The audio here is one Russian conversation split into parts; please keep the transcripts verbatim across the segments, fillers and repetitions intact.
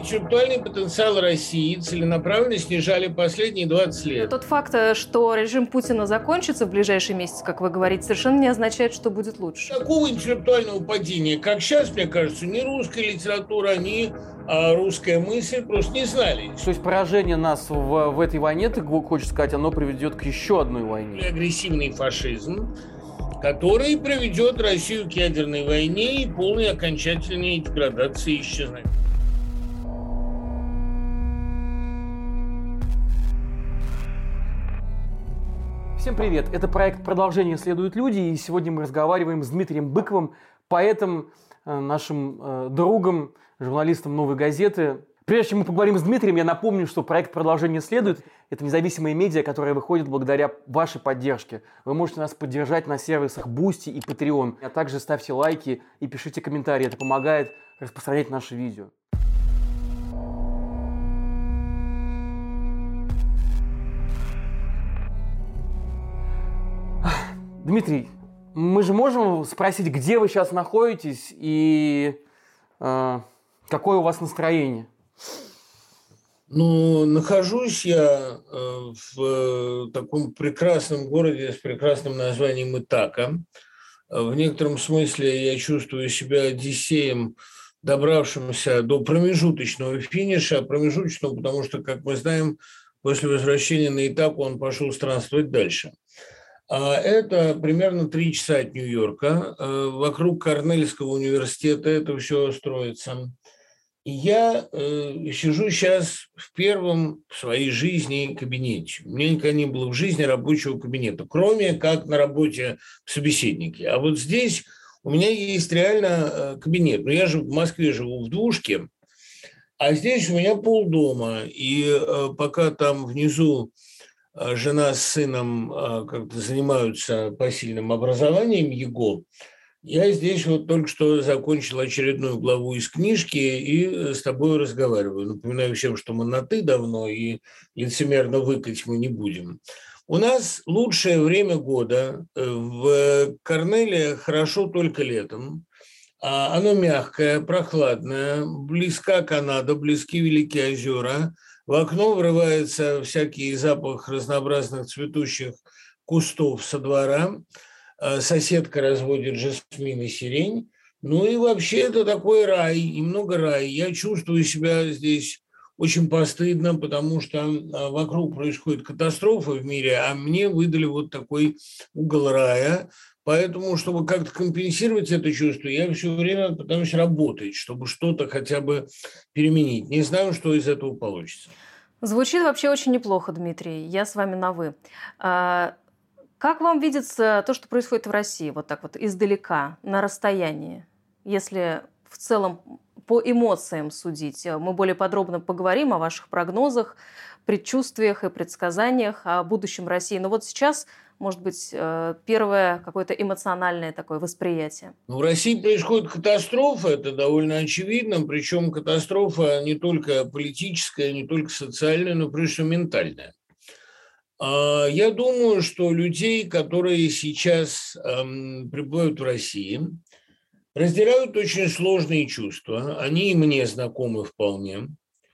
интеллектуальный потенциал России целенаправленно снижали последние двадцать лет. Но тот факт, что режим Путина закончится в ближайший месяц, как вы говорите, совершенно не означает, что будет лучше. Такого интеллектуального падения, как сейчас, мне кажется, ни русская литература, ни а, русская мысль просто не знали. То есть поражение нас в, в этой войне, ты хочешь сказать, оно приведет к еще одной войне? Агрессивный фашизм, который приведет Россию к ядерной войне и полной окончательной деградации и исчезновению. Всем привет! Это проект «Продолжение следуют люди», и сегодня мы разговариваем с Дмитрием Быковым, поэтом, нашим э, другом, журналистом «Новой газеты». Прежде чем мы поговорим с Дмитрием, я напомню, что проект «Продолжение следует» — это независимая медиа, которая выходит благодаря вашей поддержке. Вы можете нас поддержать на сервисах Boosty и Patreon, а также ставьте лайки и пишите комментарии. Это помогает распространять наши видео. Дмитрий, мы же можем спросить, где вы сейчас находитесь и э, какое у вас настроение? Ну, нахожусь я э, в э, таком прекрасном городе с прекрасным названием Итака. В некотором смысле я чувствую себя одиссеем, добравшимся до промежуточного финиша. Промежуточного, потому что, как мы знаем, после возвращения на Итаку он пошел странствовать дальше. Это примерно три часа от Нью-Йорка. Вокруг Корнельского университета это все строится. И я э, сижу сейчас в первом в своей жизни кабинете. У меня никогда не было в жизни рабочего кабинета, кроме как на работе в собеседнике. А вот здесь у меня есть реально кабинет. Но я же в Москве живу в двушке, а здесь у меня полдома. И э, пока там внизу жена с сыном как-то занимаются посильным образованием ЕГО, я здесь вот только что закончил очередную главу из книжки и с тобой разговариваю. Напоминаю всем, что мы на «ты» давно, и лицемерно выкать мы не будем. У нас лучшее время года. В Корнеле хорошо только летом. Оно мягкое, прохладное, близка Канада, близки Великие озера. В окно врывается всякий запах разнообразных цветущих кустов со двора. Соседка разводит жасмин и сирень. Ну и вообще это такой рай, и много рая. Я чувствую себя здесь очень постыдно, потому что вокруг происходит катастрофа в мире, а мне выдали вот такой угол рая. Поэтому, чтобы как-то компенсировать это чувство, я все время пытаюсь работать, чтобы что-то хотя бы переменить. Не знаю, что из этого получится. Звучит вообще очень неплохо, Дмитрий. Я с вами на «вы». А как вам видится то, что происходит в России, вот так вот издалека, на расстоянии? Если в целом по эмоциям судить, мы более подробно поговорим о ваших прогнозах, предчувствиях и предсказаниях о будущем России. Но вот сейчас, может быть, первое какое-то эмоциональное такое восприятие. В России происходит катастрофа, это довольно очевидно, причем катастрофа не только политическая, не только социальная, но прежде всего ментальная. Я думаю, что людей, которые сейчас эм, пребывают в России, разделяют очень сложные чувства. Они и мне знакомы вполне.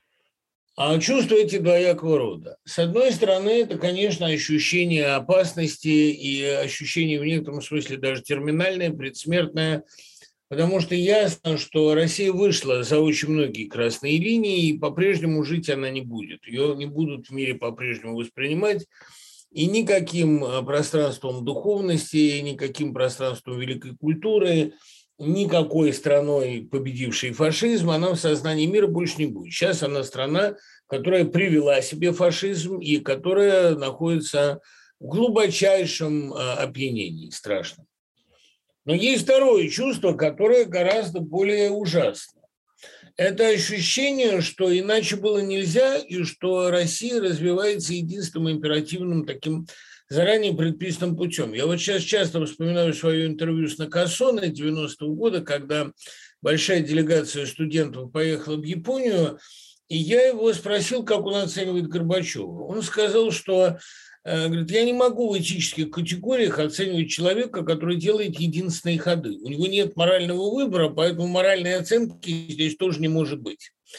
А чувства эти двоякого рода. С одной стороны, это, конечно, ощущение опасности и ощущение в некотором смысле даже терминальное, предсмертное, потому что ясно, что Россия вышла за очень многие красные линии, и по-прежнему жить она не будет. Ее не будут в мире по-прежнему воспринимать, и никаким пространством духовности, никаким пространством великой культуры, никакой страной, победившей фашизм, она в сознании мира больше не будет. Сейчас она страна, которая привела себе фашизм и которая находится в глубочайшем опьянении, страшном. Но есть второе чувство, которое гораздо более ужасно. Это ощущение, что иначе было нельзя, и что Россия развивается единственным императивным таким заранее предписанным путем. Я вот сейчас часто вспоминаю свое интервью с Накасоне девяностого года, когда большая делегация студентов поехала в Японию, и я его спросил, как он оценивает Горбачева. Он сказал, что говорит, я не могу в этических категориях оценивать человека, который делает единственные ходы. У него нет морального выбора, поэтому моральной оценки здесь тоже не может быть.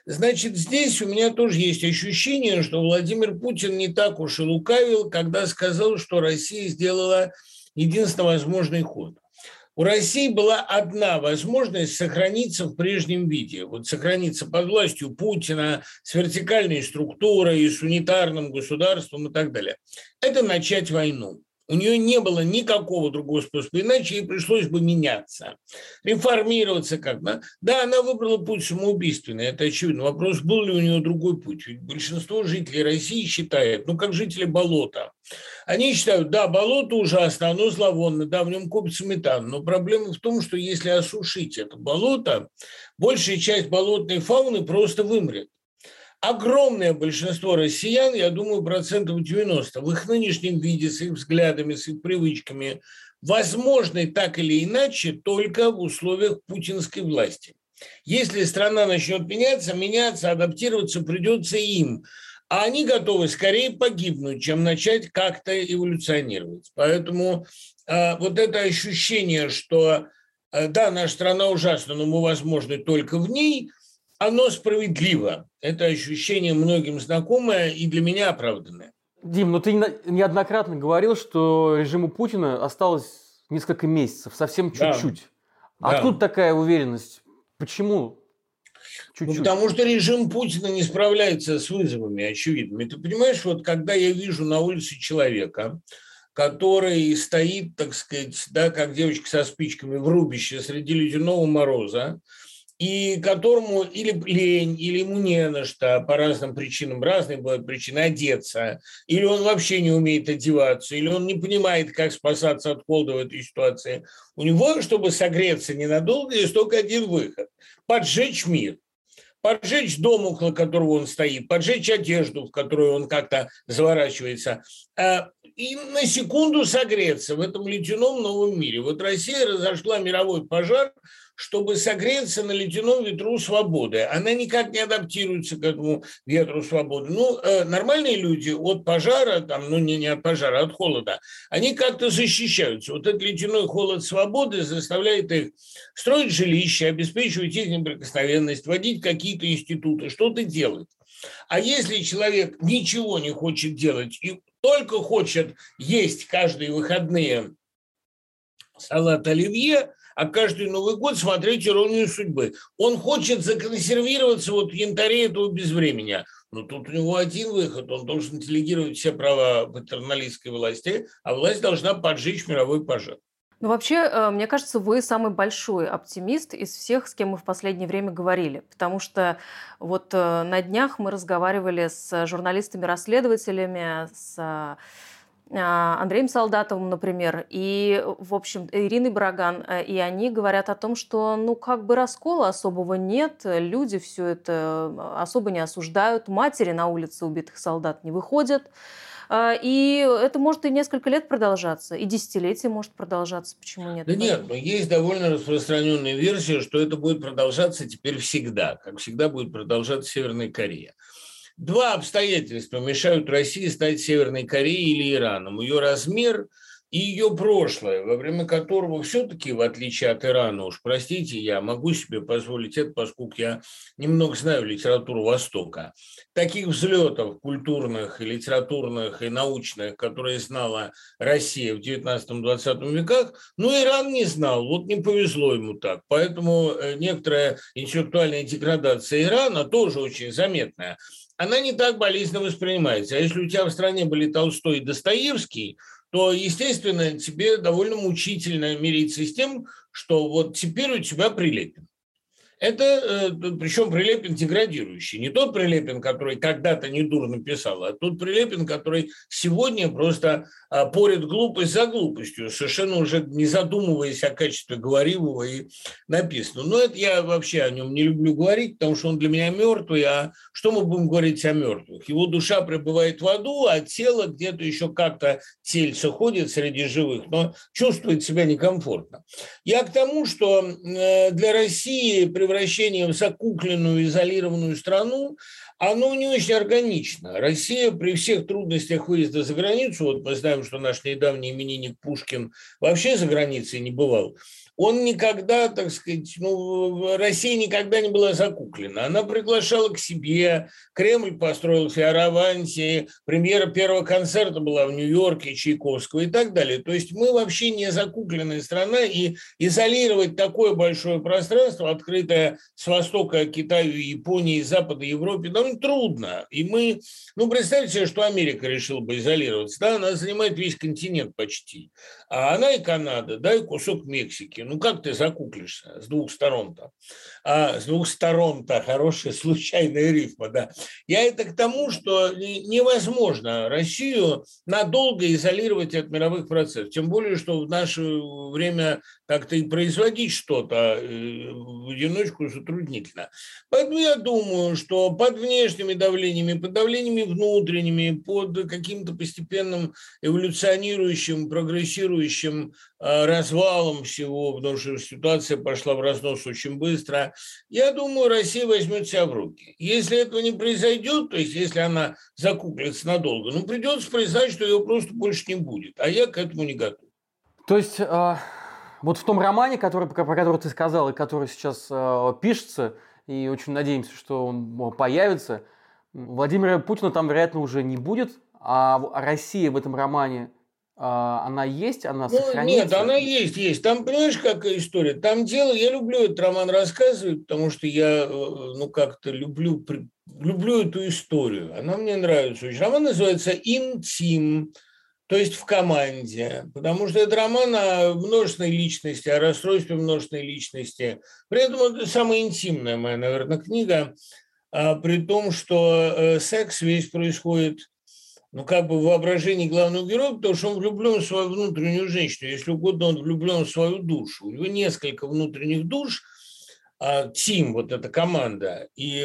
Значит, здесь у меня тоже есть ощущение, что Владимир Путин не так уж и лукавил, когда сказал, что Россия сделала единственно возможный ход. У России была одна возможность сохраниться в прежнем виде. Вот сохраниться под властью Путина, с вертикальной структурой, с унитарным государством и так далее. Это начать войну. У нее не было никакого другого способа, иначе ей пришлось бы меняться, реформироваться как-то. Да, она выбрала путь самоубийственный, это очевидно. Вопрос, был ли у нее другой путь. Ведь большинство жителей России считает, ну, как жители болота. Они считают, да, болото ужасно, оно зловонно, да, в нем копится метан. Но проблема в том, что если осушить это болото, большая часть болотной фауны просто вымрет. Огромное большинство россиян, я думаю, процентов девяносто, в их нынешнем виде, с их взглядами, с их привычками, возможны так или иначе только в условиях путинской власти. Если страна начнет меняться, меняться, адаптироваться придется им. А они готовы скорее погибнуть, чем начать как-то эволюционировать. Поэтому э, вот это ощущение, что э, да, наша страна ужасна, но мы возможны только в ней, оно справедливо. Это ощущение многим знакомое и для меня оправданное. Дим, ну ты неоднократно говорил, что режиму Путина осталось несколько месяцев, совсем чуть-чуть. Да. Откуда да. такая уверенность? Почему? Ну, потому что режим Путина не справляется с вызовами очевидными. Ты понимаешь, вот когда я вижу на улице человека, который стоит, так сказать, да, как девочка со спичками в рубище среди ледяного мороза, и которому или лень, или ему не на что, по разным причинам, разные бывают причины, одеться, или он вообще не умеет одеваться, или он не понимает, как спасаться от холода в этой ситуации. У него, чтобы согреться ненадолго, есть только один выход – поджечь мир. Поджечь дом, около которого он стоит, поджечь одежду, в которую он как-то заворачивается, и на секунду согреться в этом ледяном новом мире. Вот Россия разожгла мировой пожар, чтобы согреться на ледяном ветру свободы. Она никак не адаптируется к этому ветру свободы. Ну, э, нормальные люди от пожара, там, ну не, не от пожара, а от холода, они как-то защищаются. Вот этот ледяной холод свободы заставляет их строить жилища, обеспечивать их неприкосновенность, вводить какие-то институты, что-то делать. А если человек ничего не хочет делать и только хочет есть каждые выходные салат оливье, а каждый Новый год смотреть «Иронию судьбы». Он хочет законсервироваться вот в янтаре этого безвремени. Но тут у него один выход. Он должен делегировать все права патерналистской власти, а власть должна поджечь мировой пожар. Ну, вообще, мне кажется, вы самый большой оптимист из всех, с кем мы в последнее время говорили. Потому что вот на днях мы разговаривали с журналистами-расследователями, с Андреем Солдатовым, например, и, в общем, Ириной Бараган, и они говорят о том, что, ну, как бы раскола особого нет, люди все это особо не осуждают, матери на улице убитых солдат не выходят, и это может и несколько лет продолжаться, и десятилетия может продолжаться, почему нет? Да нет, но есть довольно распространенная версия, что это будет продолжаться теперь всегда, как всегда будет продолжаться Северная Корея. Два обстоятельства мешают России стать Северной Кореей или Ираном. Ее размер и ее прошлое, во время которого все-таки, в отличие от Ирана, уж простите, я могу себе позволить это, поскольку я немного знаю литературу Востока, таких взлетов культурных, и литературных, и научных, которые знала Россия в девятнадцатом-двадцатом веках, ну, Иран не знал, вот не повезло ему так. Поэтому некоторая интеллектуальная деградация Ирана тоже очень заметная. Она не так болезненно воспринимается. А если у тебя в стране были Толстой и Достоевский, то, естественно, тебе довольно мучительно мириться с тем, что вот теперь у тебя Прилепин. Это, причем Прилепин деградирующий. Не тот Прилепин, который когда-то недурно писал, а тот Прилепин, который сегодня просто порит глупость за глупостью, совершенно уже не задумываясь о качестве говоривого и написанного. Но это я вообще о нем не люблю говорить, потому что он для меня мертвый, а что мы будем говорить о мертвых? Его душа пребывает в аду, а тело где-то еще как-то тельце ходит среди живых, но чувствует себя некомфортно. Я к тому, что для России превращение в закукленную, изолированную страну, оно не очень органично. Россия при всех трудностях выезда за границу, вот мы знаем, что наш недавний именинник Пушкин вообще за границей не бывал, он никогда, так сказать, ну, Россия никогда не была закуклена. Она приглашала к себе, Кремль построил в Фиораванте, премьера первого концерта была в Нью-Йорке, Чайковского и так далее. То есть мы вообще не закукленная страна, и изолировать такое большое пространство, открытое с востока к Китаю, Японии, Запада, Европе, довольно трудно. И мы, ну, представьте себе, что Америка решила бы изолироваться. Да, она занимает весь континент почти. А она и Канада, да, и кусок Мексики. Ну, как ты закуклишься с двух сторон-то? А, с двух сторон-то, хорошая случайная рифма, да. Я это к тому, что невозможно Россию надолго изолировать от мировых процессов. Тем более, что в наше время как-то и производить что-то в одиночку затруднительно. Поэтому я думаю, что под внешними давлениями, под давлениями внутренними, под каким-то постепенным эволюционирующим, прогрессирующим развалом всего, потому что ситуация пошла в разнос очень быстро, я думаю, Россия возьмет себя в руки. Если этого не произойдет, то есть если она закуклится надолго, ну, придется признать, что ее просто больше не будет, а я к этому не готов. То есть э, вот в том романе, который, про который ты сказал, и который сейчас э, пишется, и очень надеемся, что он появится, Владимира Путина там, вероятно, уже не будет, а Россия в этом романе, она есть, она ну, сохранится? Нет, она есть, есть. Там, понимаешь, какая история? Там дело, я люблю этот роман рассказывать, потому что я, ну, как-то люблю, люблю эту историю. Она мне нравится очень. Роман называется «Интим», то есть в команде, потому что это роман о множественной личности, о расстройстве множественной личности. При этом это самая интимная моя, наверное, книга, а, при том, что э, секс весь происходит, ну, как бы в воображении главного героя, потому что он влюблен в свою внутреннюю женщину, если угодно, он влюблен в свою душу. У него несколько внутренних душ, а, Тим, вот эта команда, и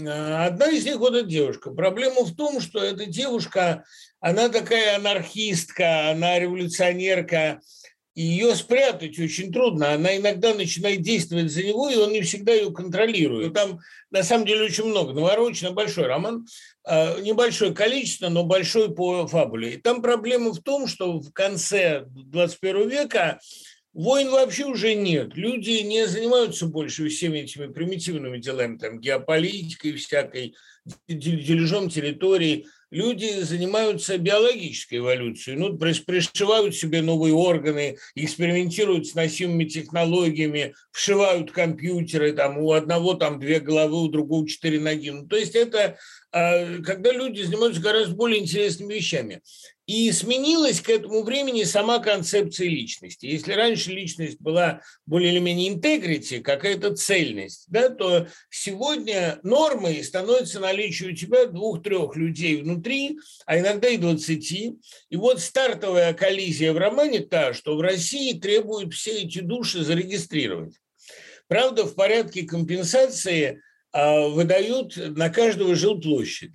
одна из них вот эта девушка. Проблема в том, что эта девушка, она такая анархистка, она революционерка, и ее спрятать очень трудно. Она иногда начинает действовать за него, и он не всегда ее контролирует. Там, на самом деле, очень много наворочено, большой роман, небольшое количество, но большой по фабуле. И там проблема в том, что в конце двадцать первого века войн вообще уже нет. Люди не занимаются больше всеми этими примитивными делами, там, геополитикой всякой, дележом территорий. Люди занимаются биологической эволюцией, ну, пришивают себе новые органы, экспериментируют с носимыми технологиями, вшивают компьютеры, там, у одного там две головы, у другого четыре ноги. Ну, то есть это когда люди занимаются гораздо более интересными вещами. И сменилась к этому времени сама концепция личности. Если раньше личность была более или менее интегрити, какая-то цельность, да, то сегодня нормой становится наличие у тебя двух-трех людей внутри, а иногда и двадцати. И вот стартовая коллизия в романе та, что в России требуют все эти души зарегистрировать. Правда, в порядке компенсации выдают на каждого жилплощадь.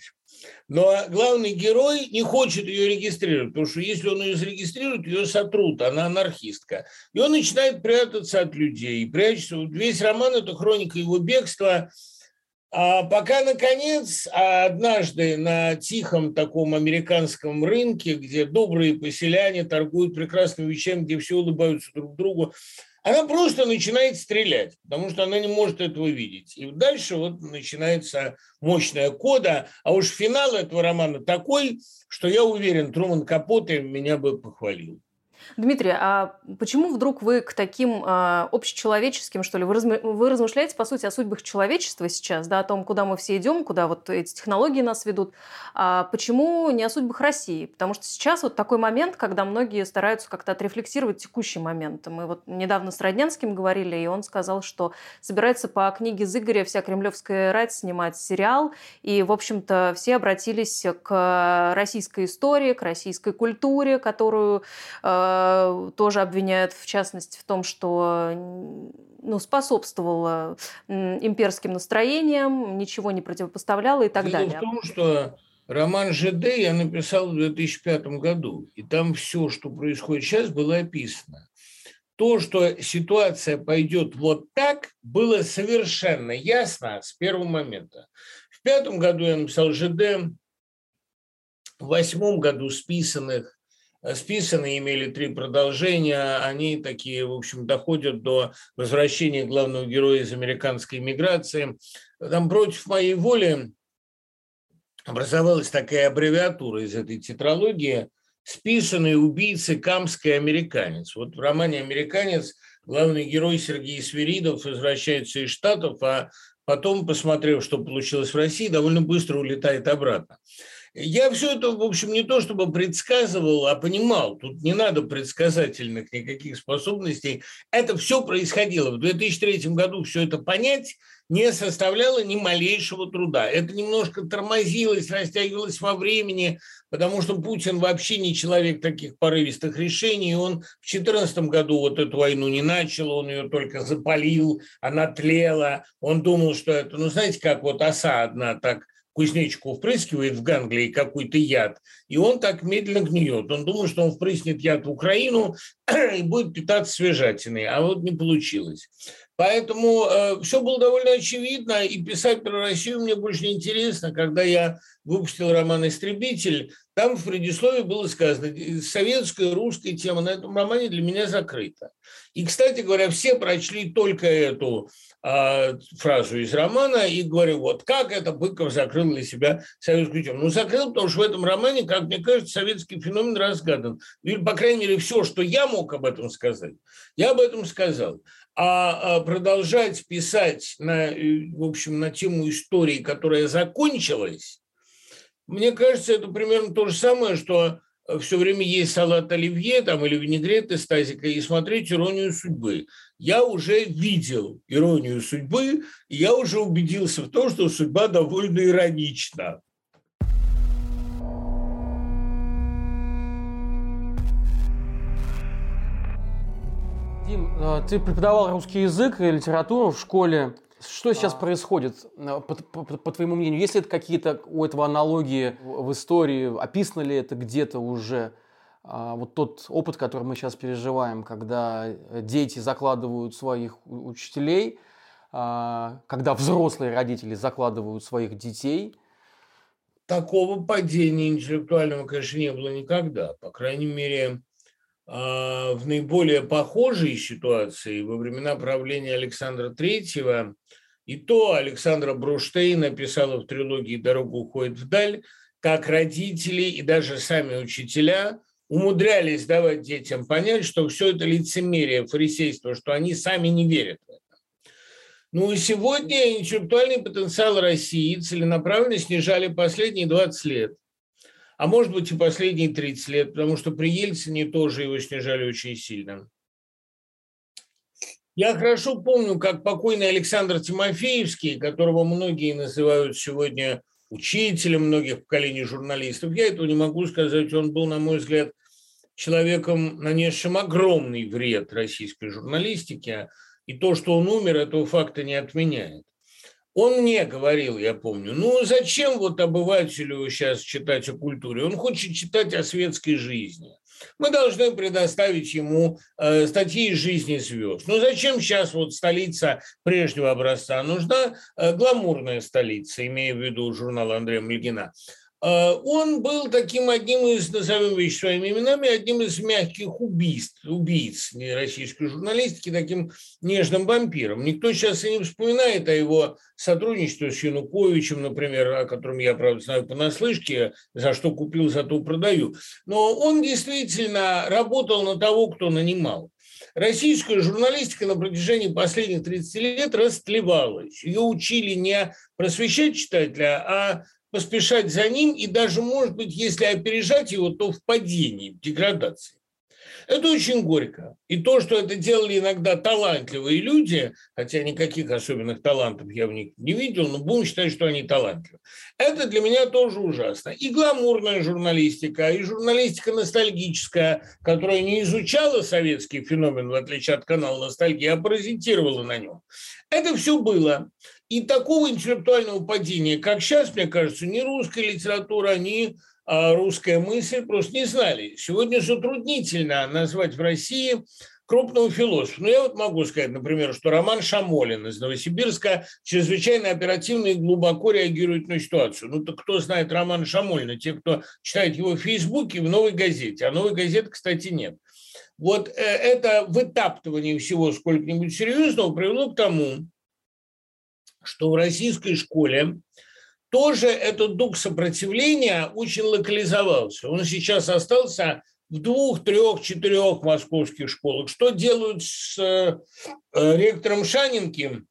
Но главный герой не хочет ее регистрировать, потому что если он ее зарегистрирует, ее сотрут, она анархистка. И он начинает прятаться от людей, прячется. Весь роман – это хроника его бегства. А пока, наконец, однажды на тихом таком американском рынке, где добрые поселяне торгуют прекрасными вещами, где все улыбаются друг другу, она просто начинает стрелять, потому что она не может этого видеть. И дальше вот начинается мощная кода, а уж финал этого романа такой, что я уверен, Труман Капоте меня бы похвалил. Дмитрий, а почему вдруг вы к таким э, общечеловеческим, что ли, вы, разм... вы размышляете, по сути, о судьбах человечества сейчас, да, о том, куда мы все идем, куда вот эти технологии нас ведут, а почему не о судьбах России? Потому что сейчас вот такой момент, когда многие стараются как-то отрефлексировать текущий момент. Мы вот недавно с Роднянским говорили, и он сказал, что собирается по книге Зыгоря «Вся кремлевская рать» снимать сериал, и, в общем-то, все обратились к российской истории, к российской культуре, которую э, тоже обвиняют, в частности, в том, что ну, способствовала имперским настроениям, ничего не противопоставляла и так Дело далее. в том, что роман ЖД я написал в две тысячи пятом году, и там все, что происходит сейчас, было описано. То, что ситуация пойдет вот так, было совершенно ясно с первого момента. В пятом году я написал ЖД, в восьмом году списанных списаны, имели три продолжения, они такие, в общем, доходят до возвращения главного героя из американской эмиграции. Там против моей воли образовалась такая аббревиатура из этой тетралогии «Списанный убийцы Камский американец». Вот в романе «Американец» главный герой Сергей Свиридов возвращается из Штатов, а потом, посмотрев, что получилось в России, довольно быстро улетает обратно. Я все это, в общем, не то чтобы предсказывал, а понимал. Тут не надо предсказательных никаких способностей. Это все происходило. В две тысячи третьем году все это понять не составляло ни малейшего труда. Это немножко тормозилось, растягивалось во времени, потому что Путин вообще не человек таких порывистых решений. Он в две тысячи четырнадцатом году вот эту войну не начал, он ее только запалил, она тлела. Он думал, что это, ну, знаете, как вот оса одна так кузнечику впрыскивает в Ганглии какой-то яд, и он так медленно гниет. Он думал, что он впрыснет яд в Украину и будет питаться свежатиной, а вот не получилось. Поэтому э, все было довольно очевидно, и писать про Россию мне больше не интересно. Когда я выпустил роман «Истребитель», там в предисловии было сказано, советская, русская тема на этом романе для меня закрыта. И, кстати говоря, все прочли только эту э, фразу из романа и говорю, вот как это Быков закрыл для себя советскую тему. Ну, закрыл, потому что в этом романе, как мне кажется, советский феномен разгадан. Или, по крайней мере, все, что я мог об этом сказать, я об этом сказал. А продолжать писать на, в общем, на тему истории, которая закончилась, мне кажется, это примерно то же самое, что все время есть салат оливье там, или винегрет из тазика и смотреть «Иронию судьбы». Я уже видел «Иронию судьбы», и я уже убедился в том, что судьба довольно иронична. Дим, ты преподавал русский язык и литературу в школе. Что сейчас а... происходит, по, по, по твоему мнению? Есть ли это какие-то у этого аналогии в истории? Описано ли это где-то уже? А, вот тот опыт, который мы сейчас переживаем, когда дети закладывают своих учителей, а, когда взрослые родители закладывают своих детей. Такого падения интеллектуального, конечно, не было никогда. По крайней мере, в наиболее похожей ситуации во времена правления Александра Третьего, и то Александра Бруштейна писала в трилогии «Дорога уходит вдаль», как родители и даже сами учителя умудрялись давать детям понять, что все это лицемерие, фарисейство, что они сами не верят в это. Ну и сегодня интеллектуальный потенциал России целенаправленно снижали последние двадцать лет. А может быть и последние тридцать лет, потому что при Ельцине тоже его снижали очень сильно. Я хорошо помню, как покойный Александр Тимофеевский, которого многие называют сегодня учителем многих поколений журналистов, я этого не могу сказать, он был, на мой взгляд, человеком, нанесшим огромный вред российской журналистике, и то, что он умер, этого факта не отменяет. Он мне говорил, я помню, ну зачем вот обывателю сейчас читать о культуре? Он хочет читать о светской жизни. Мы должны предоставить ему э, статьи из жизни звезд. Ну зачем сейчас вот столица прежнего образца? Нужна э, гламурная столица, имея в виду журнал Андрея Мальгина. Он был таким одним из, назовем вещи своими именами, одним из мягких убийств, убийц российской журналистики, таким нежным вампиром. Никто сейчас и не вспоминает о его сотрудничестве с Януковичем, например, о котором я, правда, знаю понаслышке, за что купил, зато продаю. Но он действительно работал на того, кто нанимал. Российская журналистика на протяжении последних тридцати лет растлевалась. Ее учили не просвещать читателя, а поспешать за ним и даже, может быть, если опережать его, то в падении, в деградации. Это очень горько. И то, что это делали иногда талантливые люди, хотя никаких особенных талантов я в них не видел, но будем считать, что они талантливы, это для меня тоже ужасно. И гламурная журналистика, и журналистика ностальгическая, которая не изучала советский феномен, в отличие от канала «Ностальгия», а паразитировала на нем. Это все было. И такого интеллектуального падения, как сейчас, мне кажется, ни русская литература, ни а, русская мысль просто не знали. Сегодня затруднительно назвать в России крупного философа. Ну, я вот могу сказать, например, что Роман Шамолин из Новосибирска чрезвычайно оперативно и глубоко реагирует на ситуацию. Ну, так кто знает Романа Шамолина? Те, кто читает его в Фейсбуке и в «Новой газете». А «Новой газеты», кстати, нет. Вот это вытаптывание всего сколько-нибудь серьезного привело к тому, что в российской школе тоже этот дух сопротивления очень локализовался. Он сейчас остался в двух, трех, четырех московских школах. Что делают с э, ректором Шанинким,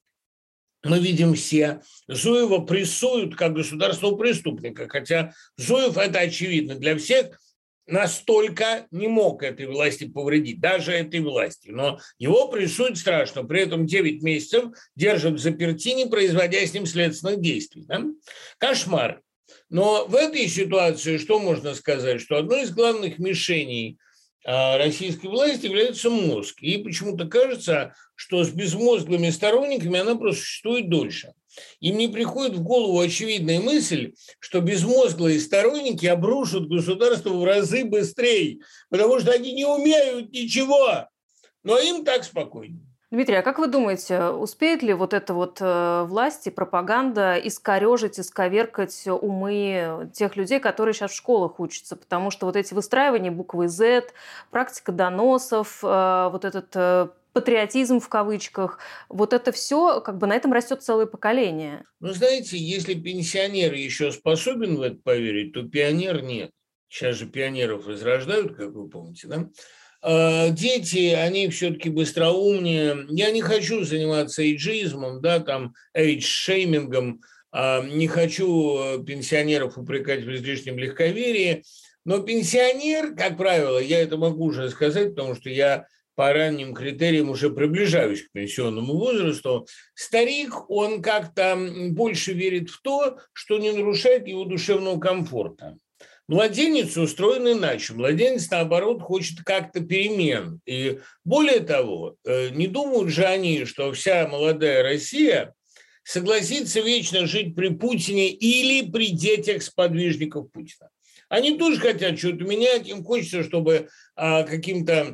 мы видим все. Зуева прессуют как государственного преступника, хотя Зуев, это очевидно для всех, настолько не мог этой власти повредить, даже этой власти. Но его прессуют страшно, при этом девять месяцев держат в заперти, не производя с ним следственных действий. Да? Кошмар. Но в этой ситуации что можно сказать? Что одной из главных мишеней российской власти является мозг. И почему-то кажется, что с безмозглыми сторонниками она просто существует дольше. Им не приходит в голову очевидная мысль, что безмозглые сторонники обрушат государство в разы быстрее, потому что они не умеют ничего, но им так спокойнее. Дмитрий, а как вы думаете, успеет ли вот эта вот власть и пропаганда искорежить, исковеркать умы тех людей, которые сейчас в школах учатся? Потому что вот эти выстраивания буквы Z, практика доносов, вот этот патриотизм в кавычках, вот это все, как бы на этом растет целое поколение. Ну, знаете, если пенсионер еще способен в это поверить, то пионер нет. Сейчас же пионеров возрождают, как вы помните, да? Дети, они все-таки быстроумнее. Я не хочу заниматься эйджизмом, да, там, эйдж-шеймингом, не хочу пенсионеров упрекать в излишнем легковерии, но пенсионер, как правило, я это могу уже сказать, потому что я по ранним критериям уже приближаюсь к пенсионному возрасту, старик, он как-то больше верит в то, что не нарушает его душевного комфорта. Младенец устроен иначе. Младенец, наоборот, хочет как-то перемен. И более того, не думают же они, что вся молодая Россия согласится вечно жить при Путине или при детях сподвижников Путина. Они тоже хотят что-то менять, им хочется, чтобы а, каким-то,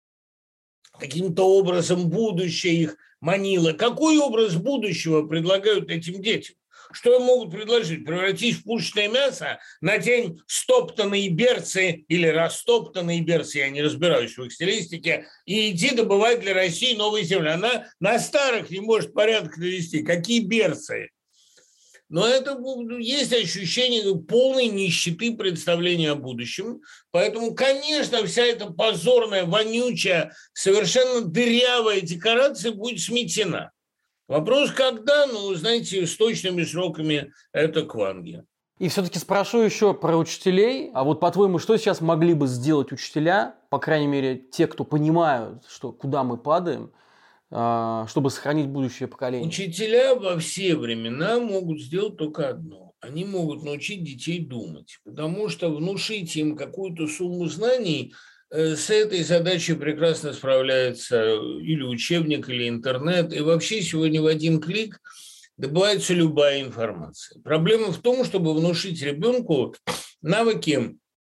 каким-то образом будущее их манило. Какой образ будущего предлагают этим детям? Что им могут предложить? Превратить в пушечное мясо, надень стоптанные берцы или растоптанные берцы, я не разбираюсь в их стилистике, и иди добывать для России новые земли. Она на старых не может порядок навести. Какие берцы? Но это есть ощущение полной нищеты представления о будущем. Поэтому, конечно, вся эта позорная, вонючая, совершенно дырявая декорация будет сметена. Вопрос, когда, ну, знаете, с точными сроками это кванги. И все-таки спрошу еще про учителей. А вот, по-твоему, что сейчас могли бы сделать учителя, по крайней мере, те, кто понимают, что, куда мы падаем, чтобы сохранить будущее поколение? Учителя во все времена могут сделать только одно. Они могут научить детей думать, потому что внушить им какую-то сумму знаний – с этой задачей прекрасно справляется или учебник, или интернет. И вообще сегодня в один клик добывается любая информация. Проблема в том, чтобы внушить ребенку навыки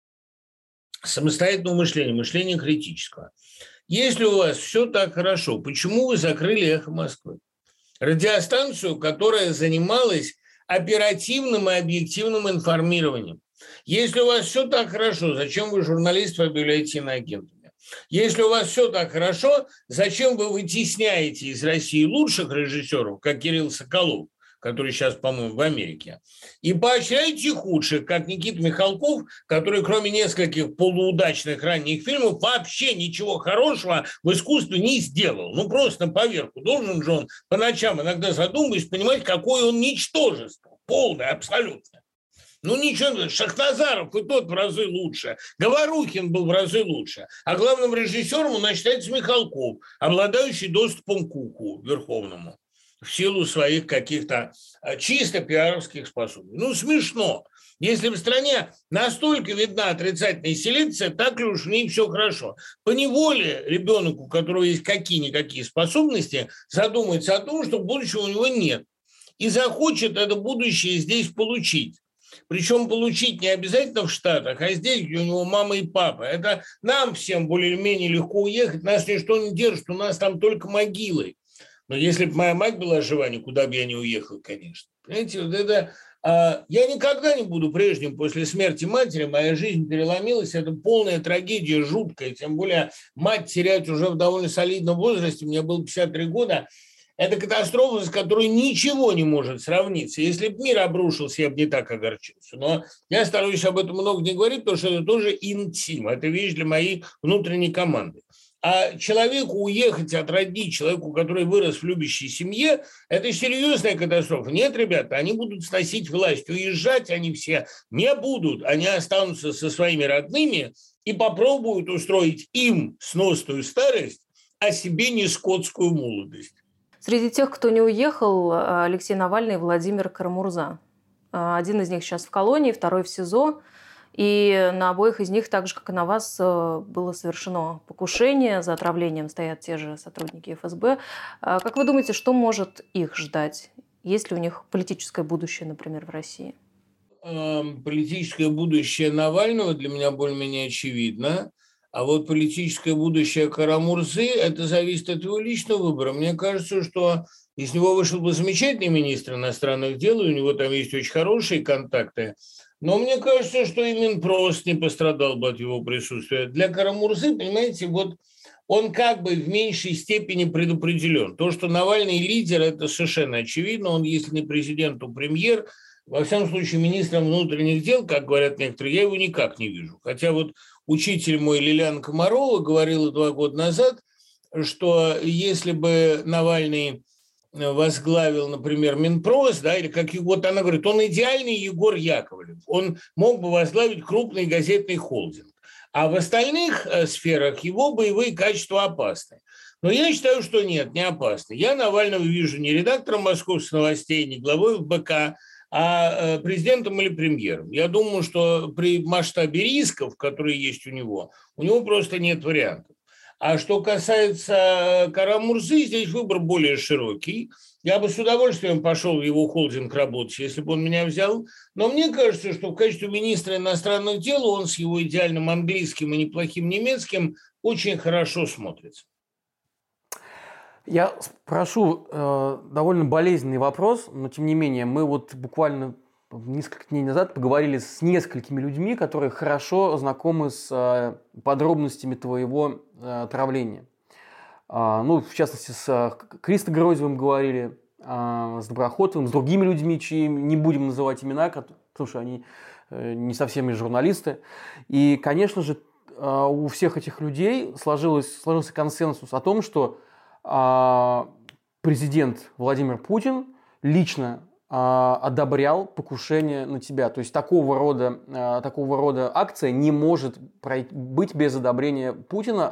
самостоятельного мышления, мышления критического. Если у вас все так хорошо, почему вы закрыли «Эхо Москвы»? Радиостанцию, которая занималась оперативным и объективным информированием. Если у вас все так хорошо, зачем вы журналистов объявляете иноагентами? Если у вас все так хорошо, зачем вы вытесняете из России лучших режиссеров, как Кирилл Соколов, который сейчас, по-моему, в Америке, и поощряете худших, как Никита Михалков, который, кроме нескольких полуудачных ранних фильмов, вообще ничего хорошего в искусстве не сделал. Ну, просто на поверку. Должен же он по ночам иногда задумываясь, понимать, какое он ничтожество. Полное, абсолютно. Ну, ничего, Шахназаров и тот в разы лучше. Говорухин был в разы лучше. А главным режиссером у нас считается Михалков, обладающий доступом к уху верховному в силу своих каких-то чисто пиаровских способностей. Ну, смешно. Если в стране настолько видна отрицательная селекция, так ли уж в ней все хорошо? Поневоле ребенок, у которого есть какие-никакие способности, задумается о том, что будущего у него нет. И захочет это будущее здесь получить. Причем получить не обязательно в Штатах, а здесь, где у него мама и папа. Это нам всем более-менее легко уехать, нас ничто не держит, у нас там только могилы. Но если бы моя мать была жива, никуда бы я не уехал, конечно. Понимаете, вот это... А, я никогда не буду прежним после смерти матери, моя жизнь переломилась, это полная трагедия, жуткая, тем более мать терять уже в довольно солидном возрасте, мне было пятьдесят три года, это катастрофа, с которой ничего не может сравниться. Если бы мир обрушился, я бы не так огорчился. Но я стараюсь об этом много не говорить, потому что это тоже интим, это вещь для моей внутренней команды. А человеку уехать от родни, человеку, который вырос в любящей семье, это серьезная катастрофа. Нет, ребята, они будут сносить власть. Уезжать они все не будут. Они останутся со своими родными и попробуют устроить им сносную старость, а себе не скотскую молодость. Среди тех, кто не уехал, Алексей Навальный и Владимир Карамурза. Один из них сейчас в колонии, второй в СИЗО. И на обоих из них, так же, как и на вас, было совершено покушение. За отравлением стоят те же сотрудники эф эс бэ. Как вы думаете, что может их ждать? Есть ли у них политическое будущее, например, в России? Политическое будущее Навального для меня более-менее очевидно. А вот политическое будущее Карамурзы, это зависит от его личного выбора. Мне кажется, что из него вышел бы замечательный министр иностранных дел, и у него там есть очень хорошие контакты. Но мне кажется, что и Минпрос не пострадал бы от его присутствия. Для Карамурзы, понимаете, вот он как бы в меньшей степени предопределен. То, что Навальный лидер, это совершенно очевидно. Он, если не президент, то премьер. Во всяком случае, министром внутренних дел, как говорят некоторые, я его никак не вижу. Хотя вот учитель мой Лилиана Комарова говорила два года назад, что если бы Навальный возглавил, например, Минпрос, да, или как вот она говорит, он идеальный Егор Яковлев, он мог бы возглавить крупный газетный холдинг, а в остальных сферах его боевые качества опасны. Но я считаю, что нет, не опасны. Я Навального вижу не редактором «Московских новостей», не главой эф бэ ка, а президентом или премьером. Я думаю, что при масштабе рисков, которые есть у него, у него просто нет вариантов. А что касается Карамурзы, здесь выбор более широкий. Я бы с удовольствием пошел в его холдинг работать, если бы он меня взял. Но мне кажется, что в качестве министра иностранных дел он с его идеальным английским и неплохим немецким очень хорошо смотрится. Я спрошу э, довольно болезненный вопрос, но тем не менее, мы вот буквально несколько дней назад поговорили с несколькими людьми, которые хорошо знакомы с э, подробностями твоего э, отравления. Э, ну, в частности, с э, Кристо Грозевым говорили, э, с Доброхотовым, с другими людьми, чьи не будем называть имена, потому что они э, не совсем и журналисты. И, конечно же, э, у всех этих людей сложилось, сложился консенсус о том, что э, президент Владимир Путин лично одобрял покушение на тебя. То есть такого рода, такого рода акция не может быть без одобрения Путина,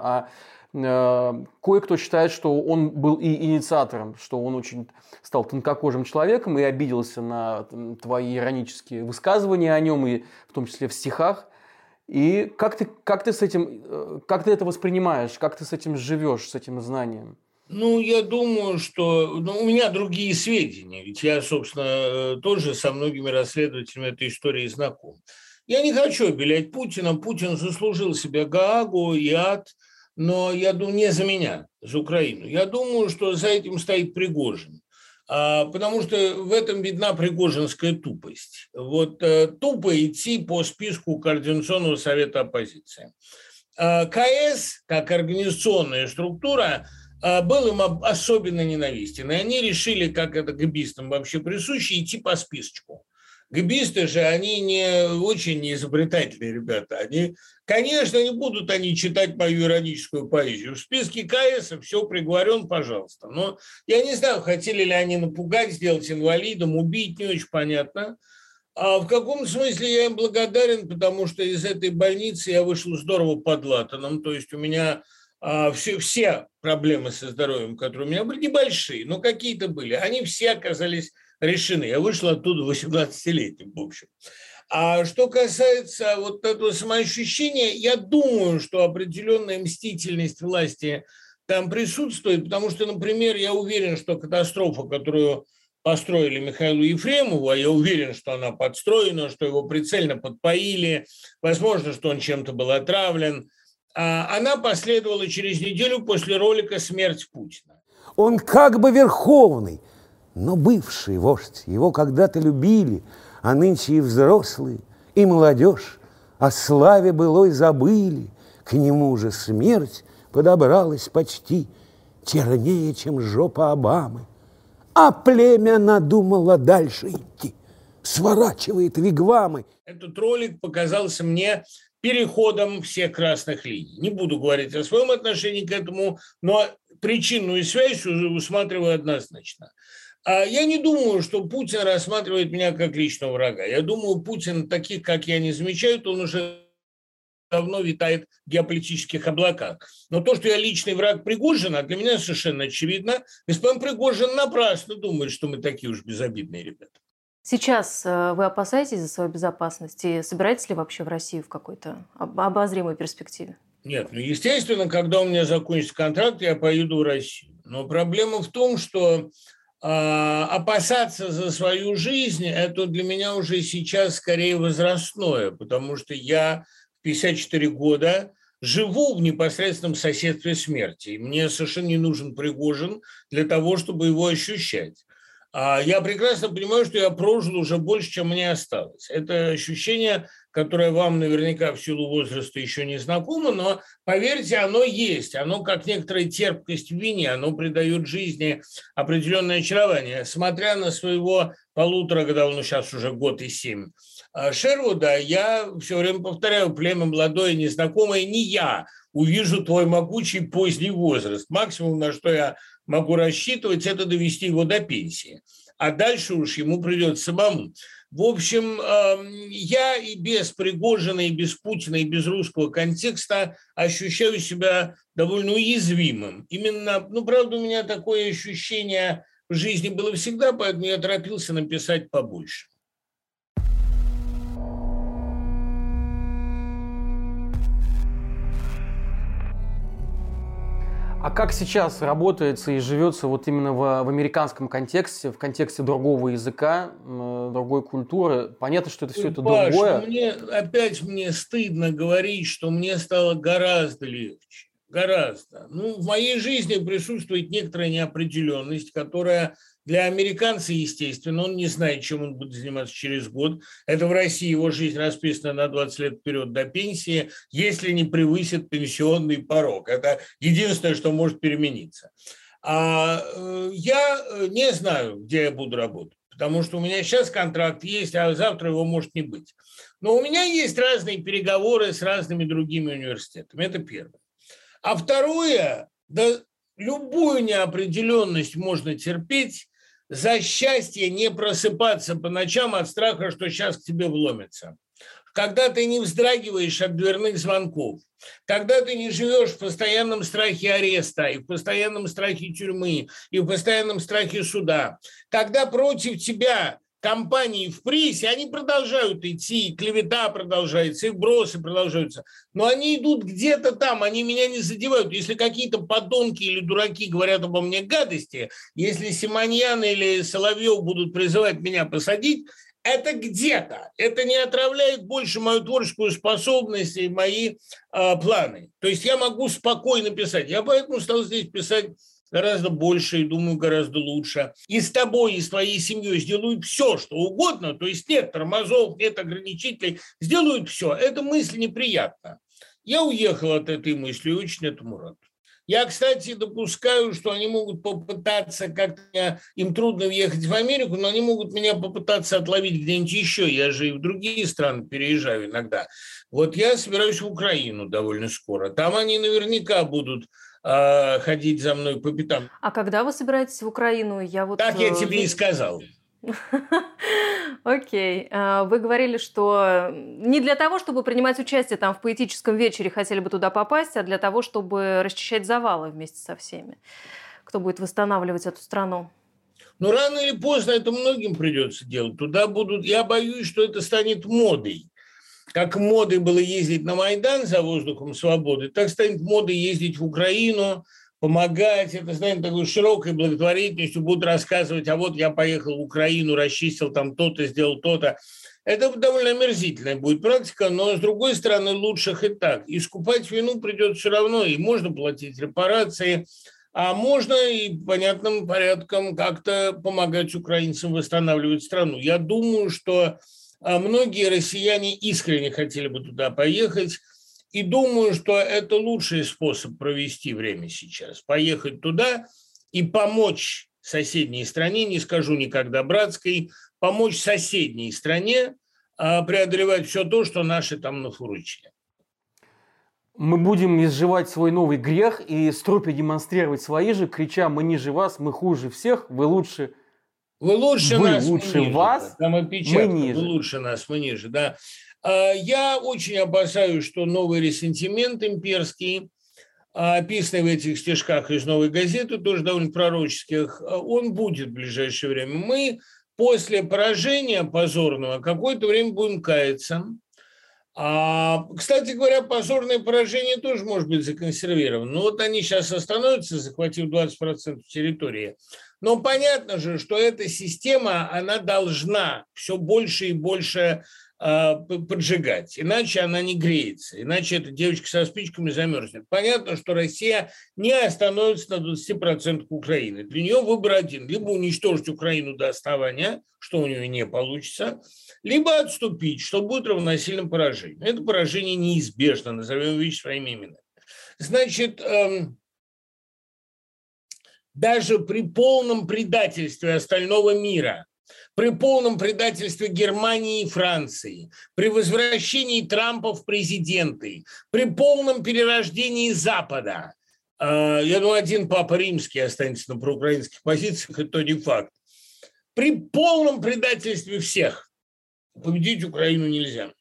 а кое-кто считает, что он был и инициатором, что он очень стал тонкокожим человеком и обиделся на твои иронические высказывания о нем, и в том числе в стихах. И как ты, как ты с этим, как ты это воспринимаешь, как ты с этим живешь, с этим знанием? Ну, я думаю, что ну, у меня другие сведения, ведь я, собственно, тоже со многими расследователями этой истории знаком. Я не хочу обелять Путина. Путин заслужил себе Гаагу и ад, но я думаю, не за меня, за Украину. Я думаю, что за этим стоит Пригожин, потому что в этом видна пригожинская тупость. Вот тупо идти по списку Координационного совета оппозиции. ка эс, как организационная структура, был им особенно ненавистен. И они решили, как это гэбистам вообще присуще, идти по списочку. Гэбисты же, они не очень изобретательные ребята. Они, конечно, не будут они читать мою ироническую поэзию. В списке ка эс все приговорен, пожалуйста. Но я не знаю, хотели ли они напугать, сделать инвалидом, убить, не очень понятно. А в каком смысле я им благодарен, потому что из этой больницы я вышел здорово подлатанным. То есть у меня... Все, все проблемы со здоровьем, которые у меня были, небольшие, но какие-то были, они все оказались решены. Я вышел оттуда восемнадцатилетним, в общем. А что касается вот этого самоощущения, я думаю, что определенная мстительность власти там присутствует, потому что, например, я уверен, что катастрофа, которую построили Михаилу Ефремову, а я уверен, что она подстроена, что его прицельно подпоили, возможно, что он чем-то был отравлен, она последовала через неделю после ролика «Смерть Путина». Он как бы верховный, но бывший вождь. Его когда-то любили, а нынче и взрослые, и молодежь о славе былой забыли. К нему же смерть подобралась почти чернее, чем жопа Обамы. А племя надумало дальше идти, сворачивает вигвамы. Этот ролик показался мне переходом всех красных линий. Не буду говорить о своем отношении к этому, но причинную связь уже усматриваю однозначно. А я не думаю, что Путин рассматривает меня как личного врага. Я думаю, Путин таких, как я, не замечает, он уже давно витает в геополитических облаках. Но то, что я личный враг Пригожина, для меня совершенно очевидно. Господин Пригожин напрасно думает, что мы такие уж безобидные ребята. Сейчас вы опасаетесь за свою безопасность и собираетесь ли вообще в Россию в какой-то обозримой перспективе? Нет, ну, естественно, когда у меня закончится контракт, я поеду в Россию. Но проблема в том, что э, опасаться за свою жизнь – это для меня уже сейчас скорее возрастное, потому что я в пятьдесят четыре года живу в непосредственном соседстве смерти. И мне совершенно не нужен Пригожин для того, чтобы его ощущать. Я прекрасно понимаю, что я прожил уже больше, чем мне осталось. Это ощущение, которое вам наверняка в силу возраста еще не знакомо, но, поверьте, оно есть. Оно, как некоторая терпкость в вине, оно придает жизни определенное очарование. Смотря на своего полутора года, ну сейчас уже год и семь, Шервуда, я все время повторяю: племя молодое, незнакомое, не я увижу твой могучий поздний возраст. Максимум, на что я могу рассчитывать, это довести его до пенсии. А дальше уж ему придется самому. В общем, я и без Пригожина, и без Путина, и без русского контекста ощущаю себя довольно уязвимым. Именно, ну, правда, у меня такое ощущение в жизни было всегда, поэтому я торопился написать побольше. А как сейчас работается и живется вот именно в, в американском контексте, в контексте другого языка, другой культуры? Понятно, что это все это Паш, другое. Мне, опять мне стыдно говорить, что мне стало гораздо легче. Гораздо. Ну, в моей жизни присутствует некоторая неопределенность, которая для американца, естественно, он не знает, чем он будет заниматься через год. Это в России его жизнь расписана на двадцать лет вперед до пенсии, если не превысит пенсионный порог. Это единственное, что может перемениться. А я не знаю, где я буду работать, потому что у меня сейчас контракт есть, а завтра его может не быть. Но у меня есть разные переговоры с разными другими университетами. Это первое. А второе, да, любую неопределенность можно терпеть, за счастье не просыпаться по ночам от страха, что сейчас к тебе вломятся. Когда ты не вздрагиваешь от дверных звонков, когда ты не живешь в постоянном страхе ареста, и в постоянном страхе тюрьмы, и в постоянном страхе суда, когда против тебя компании в прессе, они продолжают идти, и клевета продолжается, и вбросы продолжаются, но они идут где-то там, они меня не задевают. Если какие-то подонки или дураки говорят обо мне гадости, если Симоньян или Соловьев будут призывать меня посадить, это где-то. Это не отравляет больше мою творческую способность и мои э, планы. То есть я могу спокойно писать. Я поэтому стал здесь писать гораздо больше и, думаю, гораздо лучше. И с тобой, и с твоей семьей сделают все, что угодно, то есть нет тормозов, нет ограничителей, сделают все. Эта мысль неприятна. Я уехал от этой мысли и очень этому рад. Я, кстати, допускаю, что они могут попытаться, как-то им трудно въехать в Америку, но они могут меня попытаться отловить где-нибудь еще. Я же и в другие страны переезжаю иногда. Вот я собираюсь в Украину довольно скоро. Там они наверняка будут ходить за мной по пятам. А когда вы собираетесь в Украину? Я вот... Так я тебе и сказал. Окей. Вы говорили, что не для того, чтобы принимать участие там в поэтическом вечере, хотели бы туда попасть, а для того, чтобы расчищать завалы вместе со всеми. Кто будет восстанавливать эту страну? Ну, рано или поздно это многим придется делать. Туда будут... Я боюсь, что это станет модой. Как модой было ездить на Майдан за воздухом свободы, так станет модой ездить в Украину, помогать, это, знаете, такой широкой благотворительностью, будут рассказывать, а вот я поехал в Украину, расчистил там то-то, сделал то-то. Это довольно омерзительная будет практика, но, с другой стороны, лучше и так. Искупать вину придется все равно, и можно платить репарации, а можно и понятным порядком как-то помогать украинцам восстанавливать страну. Я думаю, что многие россияне искренне хотели бы туда поехать, и думаю, что это лучший способ провести время сейчас. Поехать туда и помочь соседней стране, не скажу никогда братской, помочь соседней стране преодолевать все то, что наши там нафурычили. Мы будем изживать свой новый грех и с трупе демонстрировать свои же, крича: мы ниже вас, мы хуже всех, вы лучше, вы лучше вы нас, лучше мы ниже, вас, там опечатка, мы ниже. Вы лучше нас, мы ниже, да. Я очень опасаюсь, что новый ресентимент имперский, описанный в этих стишках из «Новой газеты», тоже довольно пророческих, он будет в ближайшее время. Мы после поражения позорного какое-то время будем каяться. А, кстати говоря, позорное поражение тоже может быть законсервировано. Ну вот они сейчас остановятся, захватив двадцать процентов территории. Но понятно же, что эта система, она должна все больше и больше э, поджигать. Иначе она не греется. Иначе эта девочка со спичками замерзнет. Понятно, что Россия не остановится на двадцати процентах Украины. Для нее выбор один. Либо уничтожить Украину до основания, что у нее не получится, либо отступить, что будет равносильным поражению. Это поражение неизбежно, назовем вещи своими именами. Значит, эм, даже при полном предательстве остального мира, при полном предательстве Германии и Франции, при возвращении Трампа в президенты, при полном перерождении Запада, э, я думаю, один папа римский останется на проукраинских позициях, это не факт, при полном предательстве всех, победить Украину нельзя.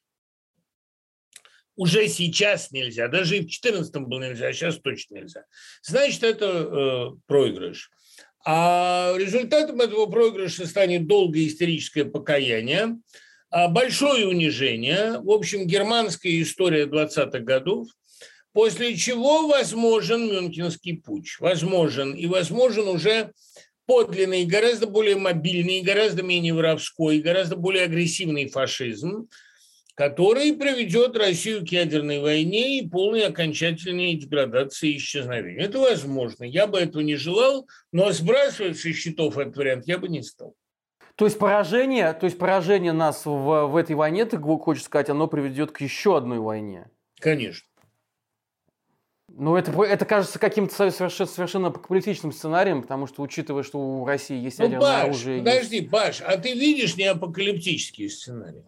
Уже сейчас нельзя. Даже и в четырнадцатом было нельзя, а сейчас точно нельзя. Значит, это э, проигрыш. А результатом этого проигрыша станет долгое историческое покаяние, большое унижение, в общем, германская история двадцатых годов, после чего возможен Мюнхенский путч. Возможен. И возможен уже подлинный, гораздо более мобильный, гораздо менее воровской, гораздо более агрессивный фашизм, который приведет Россию к ядерной войне и полной окончательной деградации и исчезновению. Это возможно. Я бы этого не желал, но сбрасывать со счетов этот вариант я бы не стал. То есть поражение, то есть поражение нас в, в этой войне, ты хочешь сказать, оно приведет к еще одной войне? Конечно. Ну, это, это кажется каким-то совершенно, совершенно апокалиптичным сценарием, потому что, учитывая, что у России есть ну, ядерное Баш, оружие... Подожди, есть... Баш, а ты видишь не апокалиптические сценарии?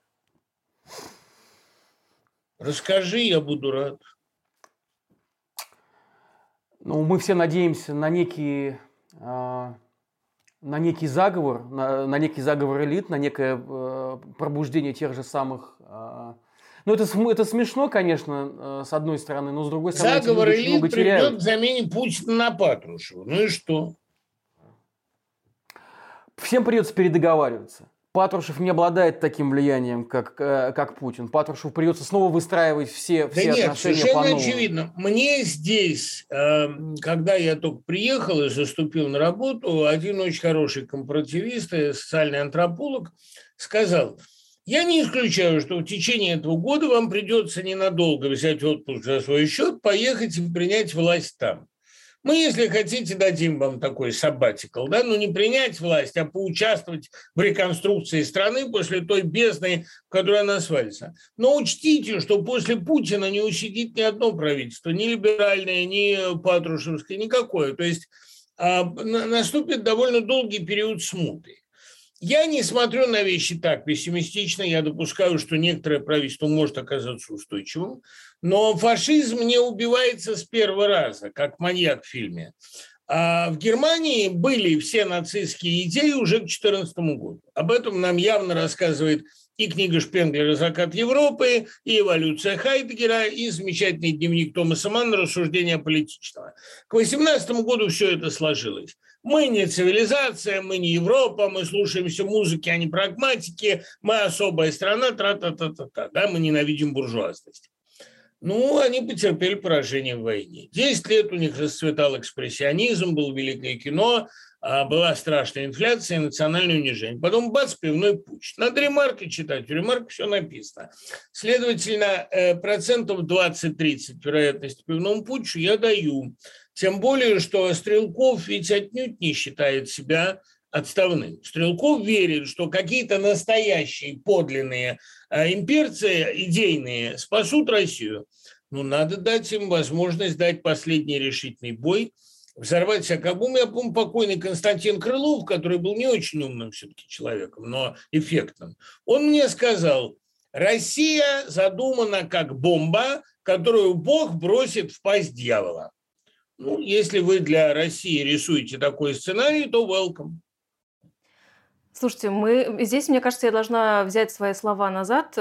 Расскажи, я буду рад. Ну, мы все надеемся на некий, э, на некий заговор, на, на некий заговор элит, на некое э, пробуждение тех же самых... Э, ну, это, это смешно, конечно, э, с одной стороны, но с другой стороны... Заговор элит приведет к замене Путина на Патрушева. Ну и что? Всем придется передоговариваться. Патрушев не обладает таким влиянием, как, как Путин. Патрушеву придется снова выстраивать все, все да нет, отношения совершенно по-новому. очевидно. Мне здесь, когда я только приехал и заступил на работу, один очень хороший компаративист, социальный антрополог, сказал: я не исключаю, что в течение этого года вам придется ненадолго взять отпуск за свой счет, поехать и принять власть там. Мы, если хотите, дадим вам такой саббатикл, да, ну не принять власть, а поучаствовать в реконструкции страны после той бездны, в которой она свалится. Но учтите, что после Путина не усидит ни одно правительство, ни либеральное, ни патрушевское, никакое. То есть а, наступит довольно долгий период смуты. Я не смотрю на вещи так пессимистично, я допускаю, что некоторое правительство может оказаться устойчивым, но фашизм не убивается с первого раза, как маньяк в фильме. А в Германии были все нацистские идеи уже к две тысячи четырнадцатому году. Об этом нам явно рассказывает и книга Шпенглера «Закат Европы», и «Эволюция Хайдеггера», и замечательный дневник Томаса Манна «Рассуждения политического». К две тысячи восемнадцатому году все это сложилось. Мы не цивилизация, мы не Европа, мы слушаемся музыки, а не прагматики, мы особая страна, тра-та-та-та-та, да, мы ненавидим буржуазность. Ну, они потерпели поражение в войне. Десять лет у них расцветал экспрессионизм, было великое кино, была страшная инфляция и национальное унижение. Потом бац, пивной путч. Надо ремарки читать, в ремарках все написано. Следовательно, процентов двадцать-тридцать вероятности пивному путчу я даю. Тем более, что Стрелков ведь отнюдь не считает себя отставным. Стрелков верит, что какие-то настоящие подлинные имперцы, идейные, спасут Россию. Но надо дать им возможность дать последний решительный бой, взорвать Акабум. Я помню, покойный Константин Крылов, который был не очень умным все-таки человеком, но эффектным, он мне сказал: Россия задумана как бомба, которую Бог бросит в пасть дьявола. Ну, если вы для России рисуете такой сценарий, то welcome. Слушайте, мы здесь, мне кажется, я должна взять свои слова назад.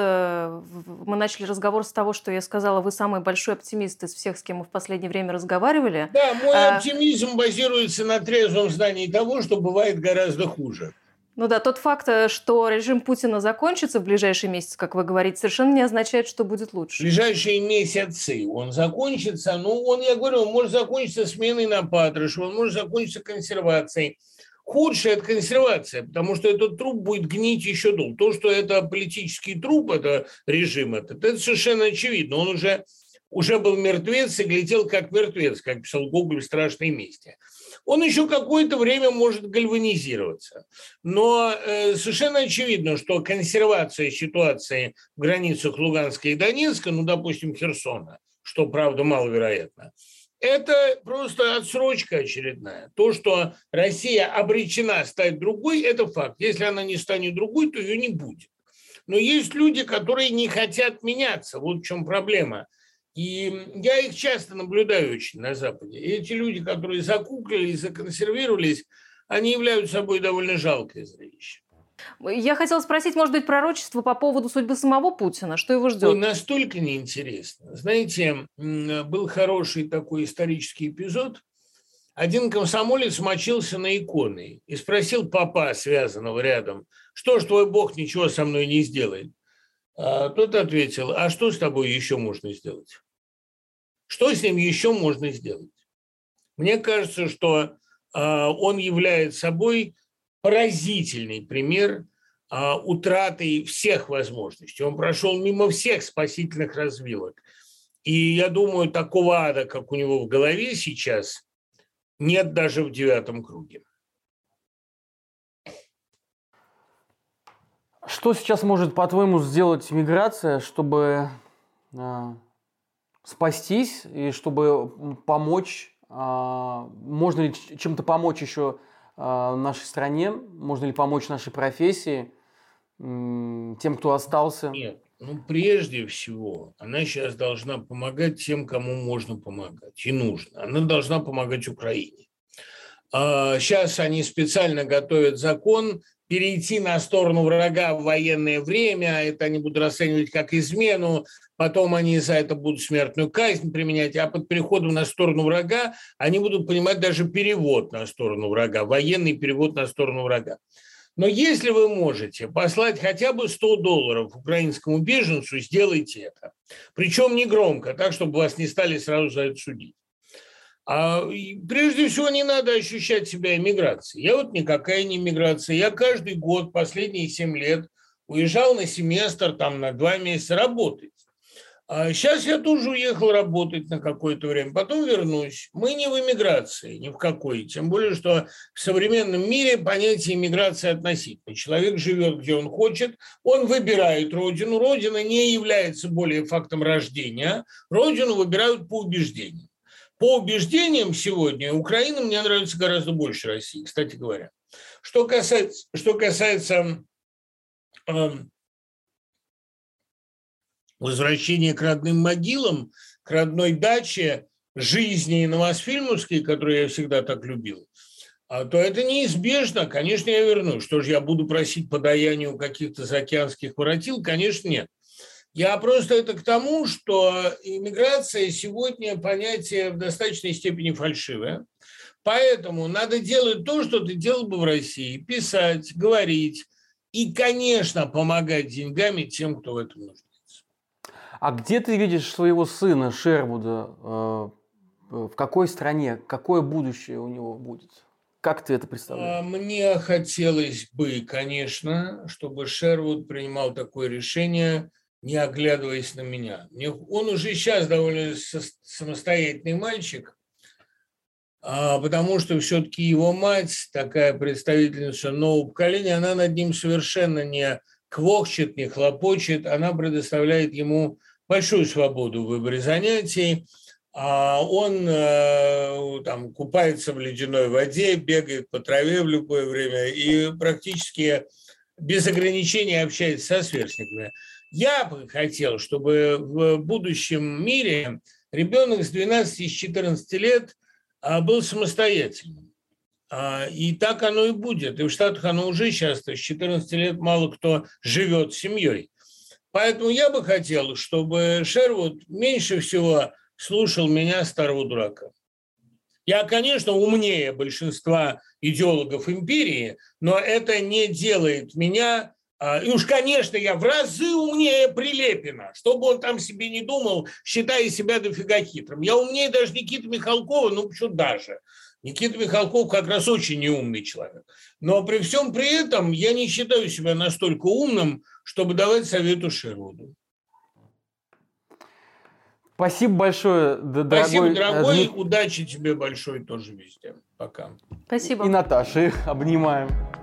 Мы начали разговор с того, что я сказала, вы самый большой оптимист из всех, с кем мы в последнее время разговаривали. Да, мой оптимизм базируется на трезвом знании того, что бывает гораздо хуже. Ну да, тот факт, что режим Путина закончится в ближайший месяц, как вы говорите, совершенно не означает, что будет лучше. В ближайшие месяцы он закончится. Ну, он, я говорю, он может закончиться сменой на Патрушева, он может закончиться консервацией. Худшее – это консервация, потому что этот труп будет гнить еще долго. То, что это политический труп, это режим этот, это совершенно очевидно. Он уже, уже был мертвец и глядел как мертвец, как писал Гоголь в «Страшной мести». Он еще какое-то время может гальванизироваться. Но э, совершенно очевидно, что консервация ситуации в границах Луганска и Донецка, ну, допустим, Херсона, что, правда, маловероятно, это просто отсрочка очередная. То, что Россия обречена стать другой, это факт. Если она не станет другой, то ее не будет. Но есть люди, которые не хотят меняться. Вот в чем проблема. И я их часто наблюдаю очень на Западе. И эти люди, которые закуклились, законсервировались, они являются собой довольно жалкое зрелище. Я хотела спросить, может быть, пророчество по поводу судьбы самого Путина? Что его ждет? Ой, настолько неинтересно. Знаете, был хороший такой исторический эпизод. Один комсомолец мочился на иконы и спросил попа, связанного рядом: что ж твой бог ничего со мной не сделает? А тот ответил: а что с тобой еще можно сделать? Что с ним еще можно сделать? Мне кажется, что он является собой поразительный пример а, утраты всех возможностей. Он прошел мимо всех спасительных развилок. И я думаю, такого ада, как у него в голове сейчас, нет даже в девятом круге. Что сейчас может, по-твоему, сделать миграция, чтобы э, спастись и чтобы помочь? Э, можно ли чем-то помочь еще нашей стране? Можно ли помочь нашей профессии, тем, кто остался? Нет, ну прежде всего она сейчас должна помогать тем, кому можно помогать и нужно. Она должна помогать Украине. Сейчас они специально готовят закон перейти на сторону врага в военное время. Это они будут расценивать как измену. Потом они за это будут смертную казнь применять. А под переходом на сторону врага они будут понимать даже перевод на сторону врага, военный перевод на сторону врага. Но если вы можете послать хотя бы сто долларов украинскому беженцу, сделайте это. Причем не громко, так, чтобы вас не стали сразу за это судить. А прежде всего не надо ощущать себя эмиграцией. Я вот никакая не эмиграция. Я каждый год, последние семь лет, уезжал на семестр, там на два месяца работать. А сейчас я тоже уехал работать на какое-то время, потом вернусь. Мы не в эмиграции, ни в какой. Тем более, что в современном мире понятие эмиграции относительно. Человек живет, где он хочет, он выбирает родину. Родина не является более фактом рождения. Родину выбирают по убеждениям. По убеждениям сегодня Украина мне нравится гораздо больше России, кстати говоря. Что касается, что касается э, возвращения к родным могилам, к родной даче, жизни Новосфильмовской, которую я всегда так любил, то это неизбежно. Конечно, я вернусь. Что же, я буду просить подаяние у каких-то заокеанских воротил? Конечно, нет. Я просто это к тому, что иммиграция сегодня понятие в достаточной степени фальшивое. Поэтому надо делать то, что ты делал бы в России. Писать, говорить и, конечно, помогать деньгами тем, кто в этом нуждается. А где ты видишь своего сына Шервуда? В какой стране? Какое будущее у него будет? Как ты это представляешь? Мне хотелось бы, конечно, чтобы Шервуд принимал такое решение, не оглядываясь на меня. Он уже сейчас довольно самостоятельный мальчик, потому что все-таки его мать, такая представительница нового поколения, она над ним совершенно не квохчет, не хлопочет, она предоставляет ему большую свободу в выборе занятий. Он там купается в ледяной воде, бегает по траве в любое время и практически без ограничений общается со сверстниками. Я бы хотел, чтобы в будущем мире ребенок с двенадцати, с четырнадцати лет был самостоятельным. И так оно и будет. И в Штатах оно уже часто, с четырнадцати лет мало кто живет семьей. Поэтому я бы хотел, чтобы Шервуд меньше всего слушал меня, старого дурака. Я, конечно, умнее большинства идеологов империи, но это не делает меня... И уж, конечно, я в разы умнее Прилепина, что бы он там себе не думал, считая себя дофига хитрым. Я умнее даже Никиты Михалкова, ну почему даже. Никита Михалков как раз очень неумный человек. Но при всем при этом я не считаю себя настолько умным, чтобы давать совету Шервуду. Спасибо большое, дорогой. Спасибо, дорогой. Дмит... Удачи тебе большой тоже везде. Пока. Спасибо. И Наташи обнимаем.